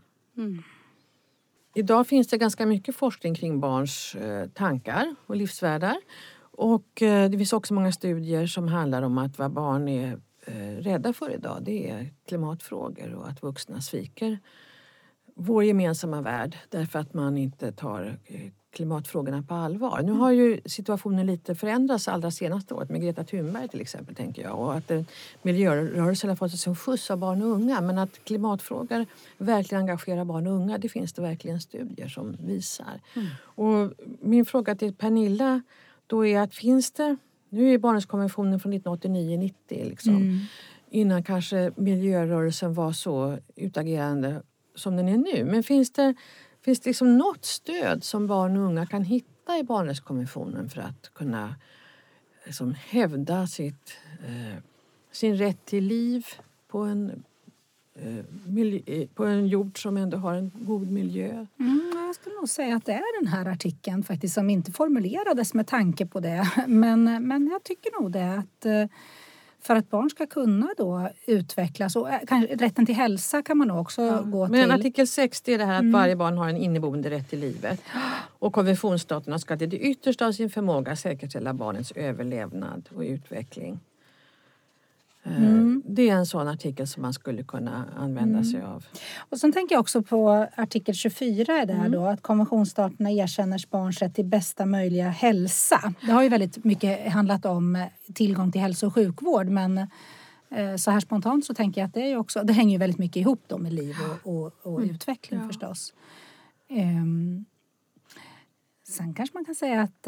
Idag finns det ganska mycket forskning kring barns tankar och livsvärldar. Och det finns också många studier som handlar om att vad barn är rädda för idag, det är klimatfrågor och att vuxna sviker vår gemensamma värld därför att man inte tar klimatfrågorna på allvar. Nu har ju situationen lite förändrats allra senaste året med Greta Thunberg till exempel, tänker jag. Och att miljörörelsen har fått en skjuts av barn och unga. Men att klimatfrågor verkligen engagerar barn och unga, det finns det verkligen studier som visar. Och min fråga till Pernilla då är att finns det, nu är barnkonventionen från 1989-90 liksom. Innan kanske miljörörelsen var så utagerande som den är nu. Men finns det liksom något stöd som barn och unga kan hitta i barnkonventionen för att kunna liksom hävda sin rätt till liv på en jord som ändå har en god miljö? Jag skulle nog säga att det är den här artikeln faktiskt som inte formulerades med tanke på det. Men jag tycker nog det att för att barn ska kunna då utvecklas och kanske rätten till hälsa kan man nog också gå till. Men artikel 6 är det här att varje barn har en inneboende rätt till livet. Och konventionsstaterna ska till det yttersta av sin förmåga säkerställa barnens överlevnad och utveckling. Det är en sån artikel som man skulle kunna använda sig av. Och sen tänker jag också på artikel 24 är där då att konventionsstaterna erkänner barns rätt till bästa möjliga hälsa. Det har ju väldigt mycket handlat om tillgång till hälso- och sjukvård, men så här spontant så tänker jag att det hänger ju väldigt mycket ihop då med liv och utveckling förstås. Sen kanske man kan säga att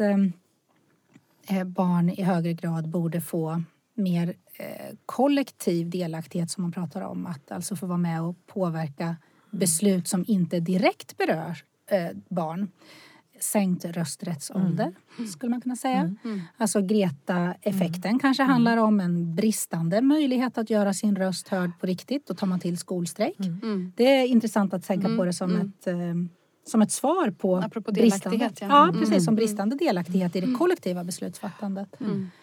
barn i högre grad borde få mer kollektiv delaktighet som man pratar om. Att alltså få vara med och påverka beslut som inte direkt berör barn. Sänkt rösträttsålder skulle man kunna säga. Alltså Greta-effekten kanske handlar om en bristande möjlighet att göra sin röst hörd på riktigt. Då tar man till skolstrejk. Det är intressant att tänka på det som ett svar på apropå delaktighet. Precis, som bristande delaktighet i det kollektiva beslutsfattandet.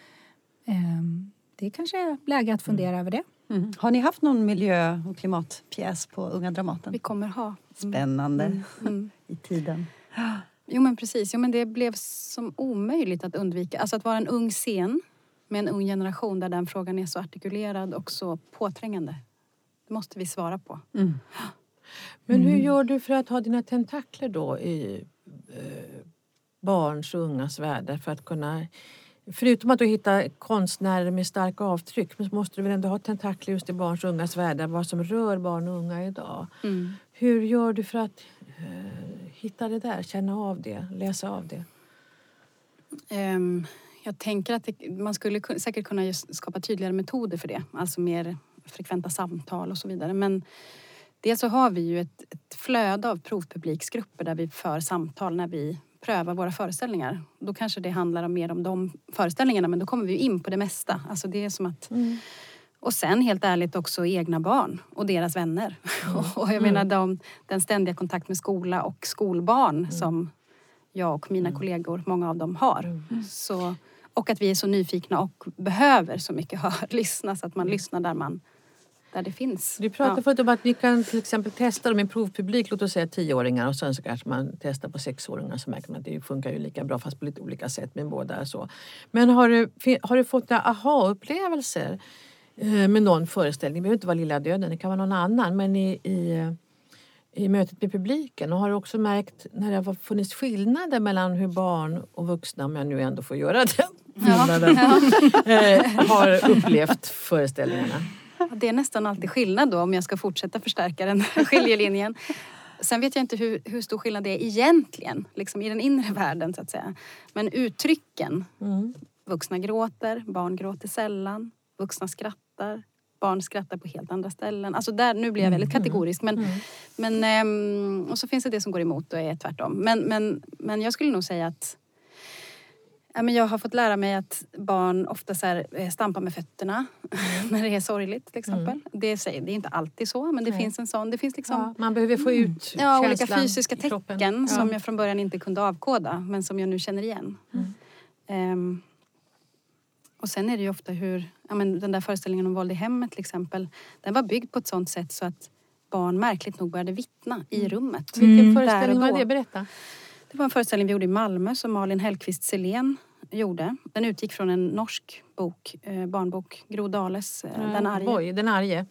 Det kanske är läge att fundera över det. Har ni haft någon miljö- och klimatpjäs på Unga Dramaten? Vi kommer ha. Spännande i tiden. Jo men precis, men det blev som omöjligt att undvika. Alltså att vara en ung scen med en ung generation där den frågan är så artikulerad och så påträngande. Det måste vi svara på. Men hur gör du för att ha dina tentakler då i barns och ungas värld? För att kunna, förutom att du hittar konstnärer med starka avtryck, så måste du väl ändå ha tentakler just i barns och ungas värld, vad som rör barn och unga idag. Hur gör du för att hitta det där, känna av det, läsa av det? Jag tänker att man skulle säkert kunna just skapa tydligare metoder för det. Alltså mer frekventa samtal och så vidare. Men dels så har vi ju ett flöde av provpubliksgrupper där vi för samtal när vi prövar våra föreställningar. Då kanske det handlar mer om de föreställningarna, men då kommer vi in på det mesta. Alltså det är som att... Och sen helt ärligt också egna barn och deras vänner. Och jag menar den ständiga kontakt med skola och skolbarn som jag och mina kollegor, många av dem har. Så, och att vi är så nyfikna och behöver så mycket lyssna, så att man lyssnar där det finns. Du pratade förut om att vi kan till exempel testa dem i provpublik, låt oss säga 10-åringar, och sen så kanske man testar på 6-åringar, så märker man att det funkar ju lika bra fast på lite olika sätt, men båda är så. Men har du fått aha-upplevelser med någon föreställning? Det behöver inte vara Lilla Döden, det kan vara någon annan, men i mötet med publiken. Och har du också märkt när det har funnits skillnader mellan hur barn och vuxna, om jag nu ändå får göra det, har upplevt föreställningarna? Det är nästan alltid skillnad då, om jag ska fortsätta förstärka den skiljelinjen. Sen vet jag inte hur stor skillnad det är egentligen, liksom i den inre världen så att säga. Men uttrycken, vuxna gråter, barn gråter sällan, vuxna skrattar, barn skrattar på helt andra ställen. Alltså där, nu blir jag väldigt kategorisk. Men och så finns det som går emot och är tvärtom. Men jag skulle nog säga att jag har fått lära mig att barn ofta stampar med fötterna när det är sorgligt till exempel. Det är inte alltid så, men det finns en sån. Det finns liksom, man behöver få ut känslan, olika fysiska tecken som jag från början inte kunde avkoda, men som jag nu känner igen. Och sen är det ju ofta den där föreställningen om våld i hemmet till exempel, den var byggd på ett sånt sätt så att barn märkligt nog började vittna i rummet. Vilken föreställning var det? Berätta. Det var en föreställning vi gjorde i Malmö som Malin Hellqvist Selén gjorde. Den utgick från en norsk barnbok, Gro Dahles Den arge. Den arge.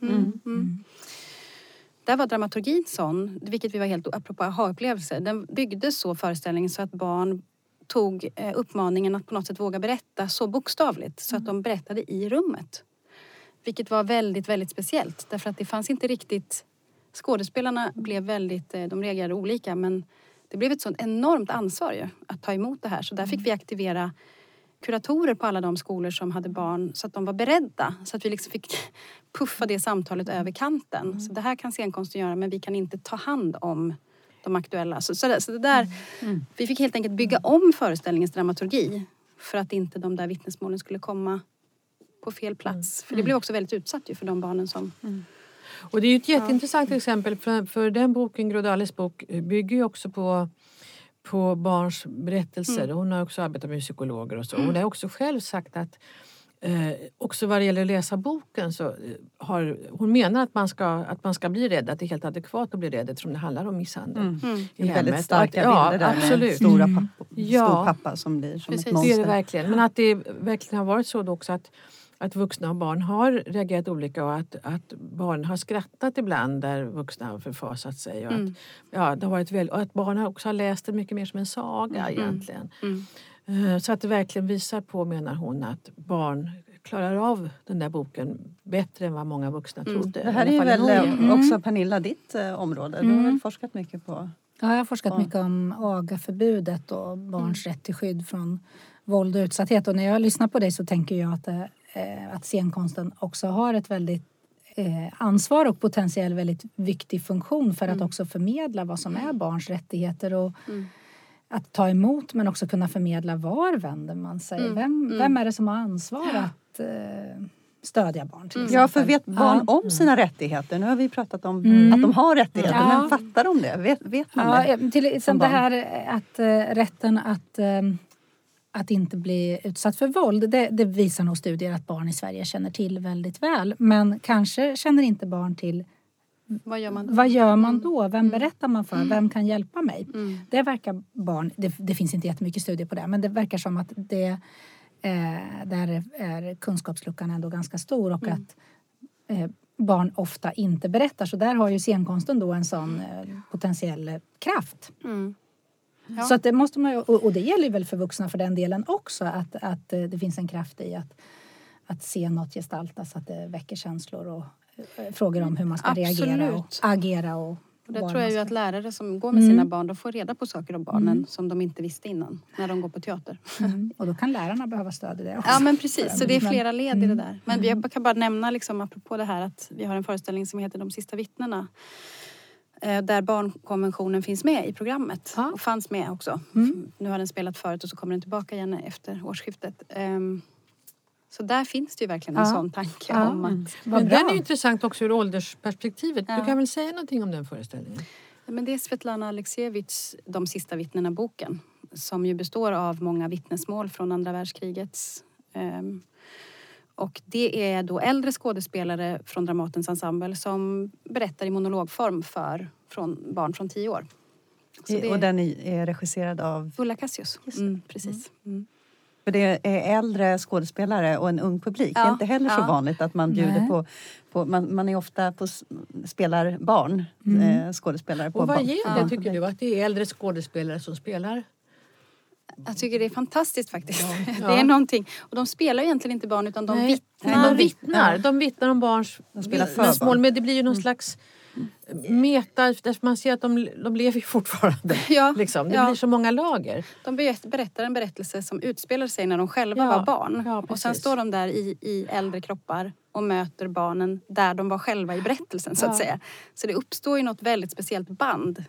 Där var dramaturgin sån, vilket vi var helt apropå aha-upplevelser. Den byggdes så föreställningen så att barn tog uppmaningen att på något sätt våga berätta så bokstavligt så att de berättade i rummet. Vilket var väldigt, väldigt speciellt. Därför att det fanns inte riktigt... Skådespelarna blev de reagerade olika, men det blev ett sånt enormt ansvar ju, att ta emot det här. Så där fick vi aktivera kuratorer på alla de skolor som hade barn så att de var beredda. Så att vi liksom fick puffa det samtalet över kanten. Så det här kan scenkonsten göra, men vi kan inte ta hand om de aktuella. Så det där, vi fick helt enkelt bygga om föreställningens dramaturgi för att inte de där vittnesmålen skulle komma på fel plats. För det blev också väldigt utsatt ju för de barnen som... Och det är ju ett jätteintressant exempel för den boken, Gro Dahles bok, bygger ju också på barns berättelser. Hon har också arbetat med psykologer och så. Hon har också själv sagt att också vad det gäller att läsa boken så hon menar att man ska bli rädd, att det är helt adekvat att bli rädd eftersom det handlar om misshandel i hemmet. Väldigt starka bilder där absolut. Med stor pappa som blir som ett monster. Det är det verkligen. Men att det verkligen har varit så då också att vuxna och barn har reagerat olika och att barn har skrattat ibland där vuxna har förfasat sig. Och att, det har varit och att barn också har läst det mycket mer som en saga egentligen. Så att det verkligen visar på, menar hon, att barn klarar av den där boken bättre än vad många vuxna trodde. Det här är ju väl också, Pernilla, ditt område. Du har väl forskat mycket på... Ja, jag har forskat mycket om agaförbudet och barns rätt till skydd från våld och utsatthet. Och när jag lyssnar på dig så tänker jag att scenkonsten också har ett väldigt ansvar och potentiellt väldigt viktig funktion för att också förmedla vad som är barns rättigheter och att ta emot, men också kunna förmedla var vänder man sig. Vem är det som har ansvar att stödja barn till exempel? Ja, för vet barn om sina rättigheter? Nu har vi pratat om att de har rättigheter, men fattar de det? Vet man det? Till exempel det här att rätten att inte bli utsatt för våld, det visar nog studier att barn i Sverige känner till väldigt väl. Men kanske känner inte barn till vad gör man då? Vad gör man då? Vem berättar man för? Vem kan hjälpa mig? Det verkar barn, det finns inte jättemycket studier på det, men det verkar som att där är kunskapsluckan ändå ganska stor och att barn ofta inte berättar. Så där har ju scenkonsten då en sån potentiell kraft. Ja. Så att det måste man ju, och det gäller väl för vuxna för den delen också, att det finns en kraft i att se något gestaltas, att det väcker känslor och frågor om hur man ska reagera och agera. Och det tror jag ju att lärare som går med sina barn, de får reda på saker om barnen som de inte visste innan när de går på teater. Och då kan lärarna behöva stöd i det också. Ja, men precis. Så det är flera led i det där. Men jag kan bara nämna liksom, apropå det här att vi har en föreställning som heter De sista vittnena. Där barnkonventionen finns med i programmet. Och fanns med också. Nu har den spelat förut och så kommer den tillbaka igen efter årsskiftet. Så där finns det ju verkligen en sån tanke om att... Men den är ju intressant också ur åldersperspektivet. Du kan väl säga någonting om den föreställningen? Ja, men det är Svetlana Alexievich, De sista vittnena-boken. Som ju består av många vittnesmål från andra världskrigets. Och det är då äldre skådespelare från Dramatens ensemble som berättar i monologform från barn från 10 år. Och den är regisserad av? Ulla Cassius. Precis. För det är äldre skådespelare och en ung publik. Det är inte heller så vanligt att man bjuder på man är ofta spelar barn, skådespelare på barn. Och vad barn. ger det, tycker du, att det är äldre skådespelare som spelar? Jag tycker det är fantastiskt faktiskt. Det är någonting. Och de spelar ju egentligen inte barn utan de vittnar. De vittnar om barns vittnesmål. Men det blir ju någon slags meta där man ser att de lever ju fortfarande. Liksom. Det blir så många lager. De berättar en berättelse som utspelar sig när de själva var barn. Och sen står de där i äldre kroppar och möter barnen där de var själva i berättelsen så att säga. Så det uppstår ju något väldigt speciellt band.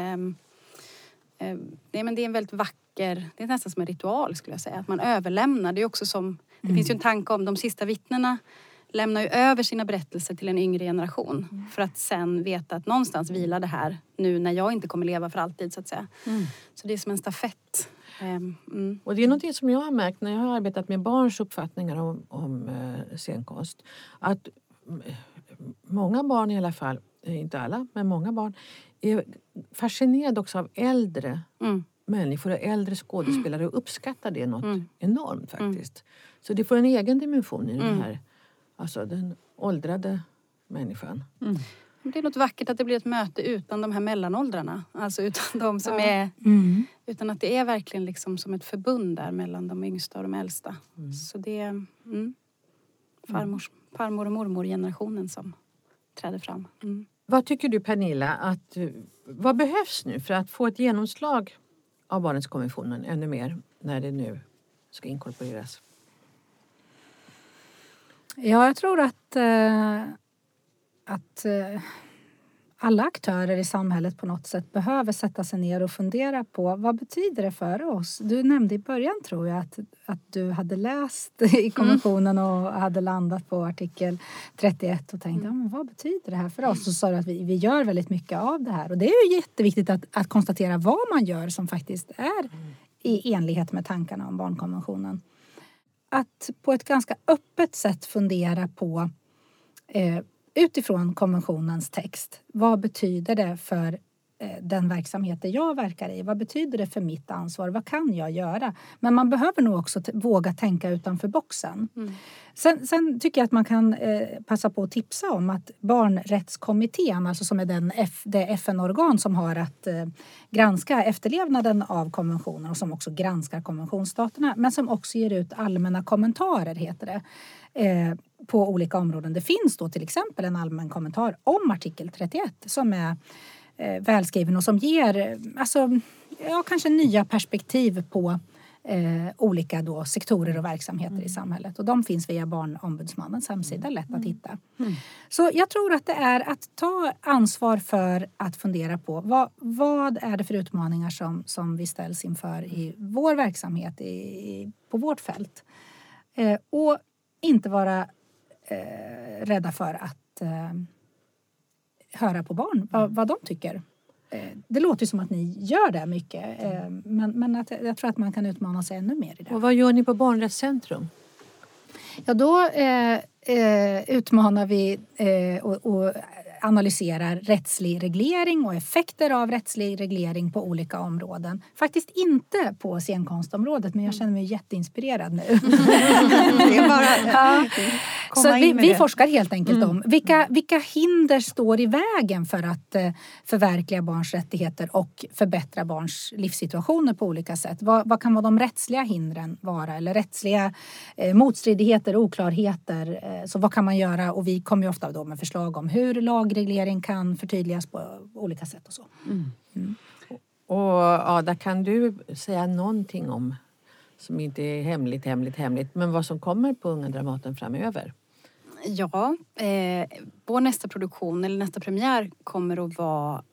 Men det är en väldigt vacker, det är nästan som en ritual skulle jag säga. Att man överlämnar, det är också som, det finns ju en tanke om de sista vittnena lämnar ju över sina berättelser till en yngre generation. För att sen veta att någonstans vilar det här nu när jag inte kommer leva för alltid så att säga. Så det är som en stafett. Och det är något som jag har märkt när jag har arbetat med barns uppfattningar om scenkonst. Att många barn i alla fall, inte alla, men många barn är fascinerade också av äldre människor och äldre skådespelare och uppskattar det något enormt faktiskt. Så det får en egen dimension i den här, alltså den åldrade människan. Det är något vackert att det blir ett möte utan de här mellanåldrarna. Alltså utan de som är... Utan att det är verkligen liksom som ett förbund där mellan de yngsta och de äldsta. Så det är farmor och mormor-generationen som träder fram. Vad tycker du, Pernilla, vad behövs nu för att få ett genomslag av barnrättskonventionen ännu mer när det nu ska inkorporeras? Ja, jag tror att alla aktörer i samhället på något sätt behöver sätta sig ner och fundera på vad betyder det för oss? Du nämnde i början, tror jag, att du hade läst i konventionen och hade landat på artikel 31 och tänkte, men vad betyder det här för oss? Och så sa du att vi gör väldigt mycket av det här. Och det är ju jätteviktigt att konstatera vad man gör som faktiskt är i enlighet med tankarna om barnkonventionen. Att på ett ganska öppet sätt fundera på utifrån konventionens text. Vad betyder det för den verksamheten jag verkar i? Vad betyder det för mitt ansvar? Vad kan jag göra? Men man behöver nog också våga tänka utanför boxen. Sen tycker jag att man kan passa på att tipsa om att barnrättskommittén, alltså som är det FN-organ som har att granska efterlevnaden av konventionen och som också granskar konventionsstaterna, men som också ger ut allmänna kommentarer, heter det, på olika områden. Det finns då till exempel en allmän kommentar om artikel 31 som är välskriven och som ger kanske nya perspektiv på olika då sektorer och verksamheter i samhället. Och de finns via Barnombudsmannens hemsida, lätt att hitta. Så jag tror att det är att ta ansvar för att fundera på vad är det för utmaningar som vi ställs inför i vår verksamhet, på vårt fält. Och inte vara rädda för att höra på barn, vad de tycker. Det låter ju som att ni gör det mycket, men jag tror att man kan utmana sig ännu mer i det. Och vad gör ni på Barnrättscentrum? Ja, då utmanar vi och analyserar rättslig reglering och effekter av rättslig reglering på olika områden. Faktiskt inte på scenkonstområdet, men jag känner mig jätteinspirerad nu. Det är bara Så vi forskar helt enkelt om vilka hinder står i vägen för att förverkliga barns rättigheter och förbättra barns livssituationer på olika sätt. Vad kan vara de rättsliga hindren vara? Eller rättsliga motstridigheter, oklarheter. Så vad kan man göra? Och vi kommer ju ofta då med förslag om hur lagreglering kan förtydligas på olika sätt och så. Och Ada, kan du säga någonting om, som inte är hemligt, men vad som kommer på Unga Dramaten framöver? Ja, vår nästa produktion eller nästa premiär kommer att vara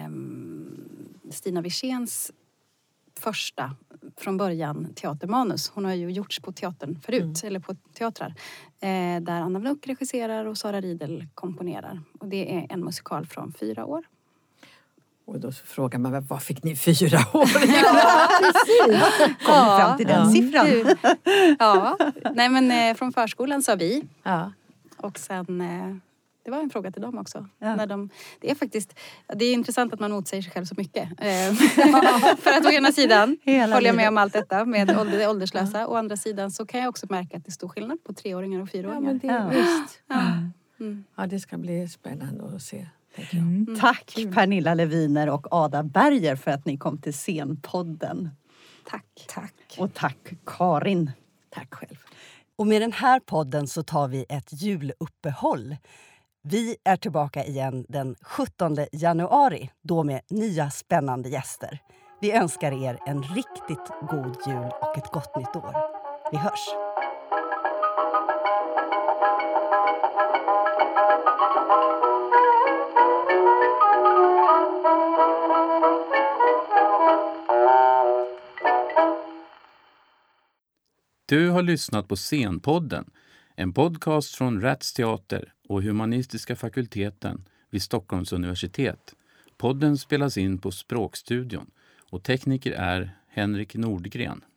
Stina Wirséns första från början teatermanus. Hon har ju gjorts på teatern förut, eller på teatrar. Där Anna Vnuck regisserar och Sara Riedel komponerar. Och det är en musikal från 4 år. Och då frågar man, vad fick ni 4 år? Ja, precis. Kommer fram till den siffran. Ja, nej men från förskolan sa vi. Ja. Och sen, det var en fråga till dem också. Ja. Det är intressant att man motsäger sig själv så mycket. För att å ena sidan håller jag med om allt detta med ålderslösa. Å andra sidan så kan jag också märka att det är stor skillnad på 3-åringar och 4-åringar. Ja, men det är visst. Ja. Ja, det ska bli spännande att se. Tack Pernilla Leviner och Ada Berger för att ni kom till Scenpodden. Tack. Och tack Karin. Tack själv. Och med den här podden så tar vi ett juluppehåll. Vi är tillbaka igen den 17 januari, då med nya spännande gäster. Vi önskar er en riktigt god jul och ett gott nytt år. Vi hörs! Du har lyssnat på Scenpodden, en podcast från Rats Teater och Humanistiska fakulteten vid Stockholms universitet. Podden spelas in på Språkstudion och tekniker är Henrik Nordgren.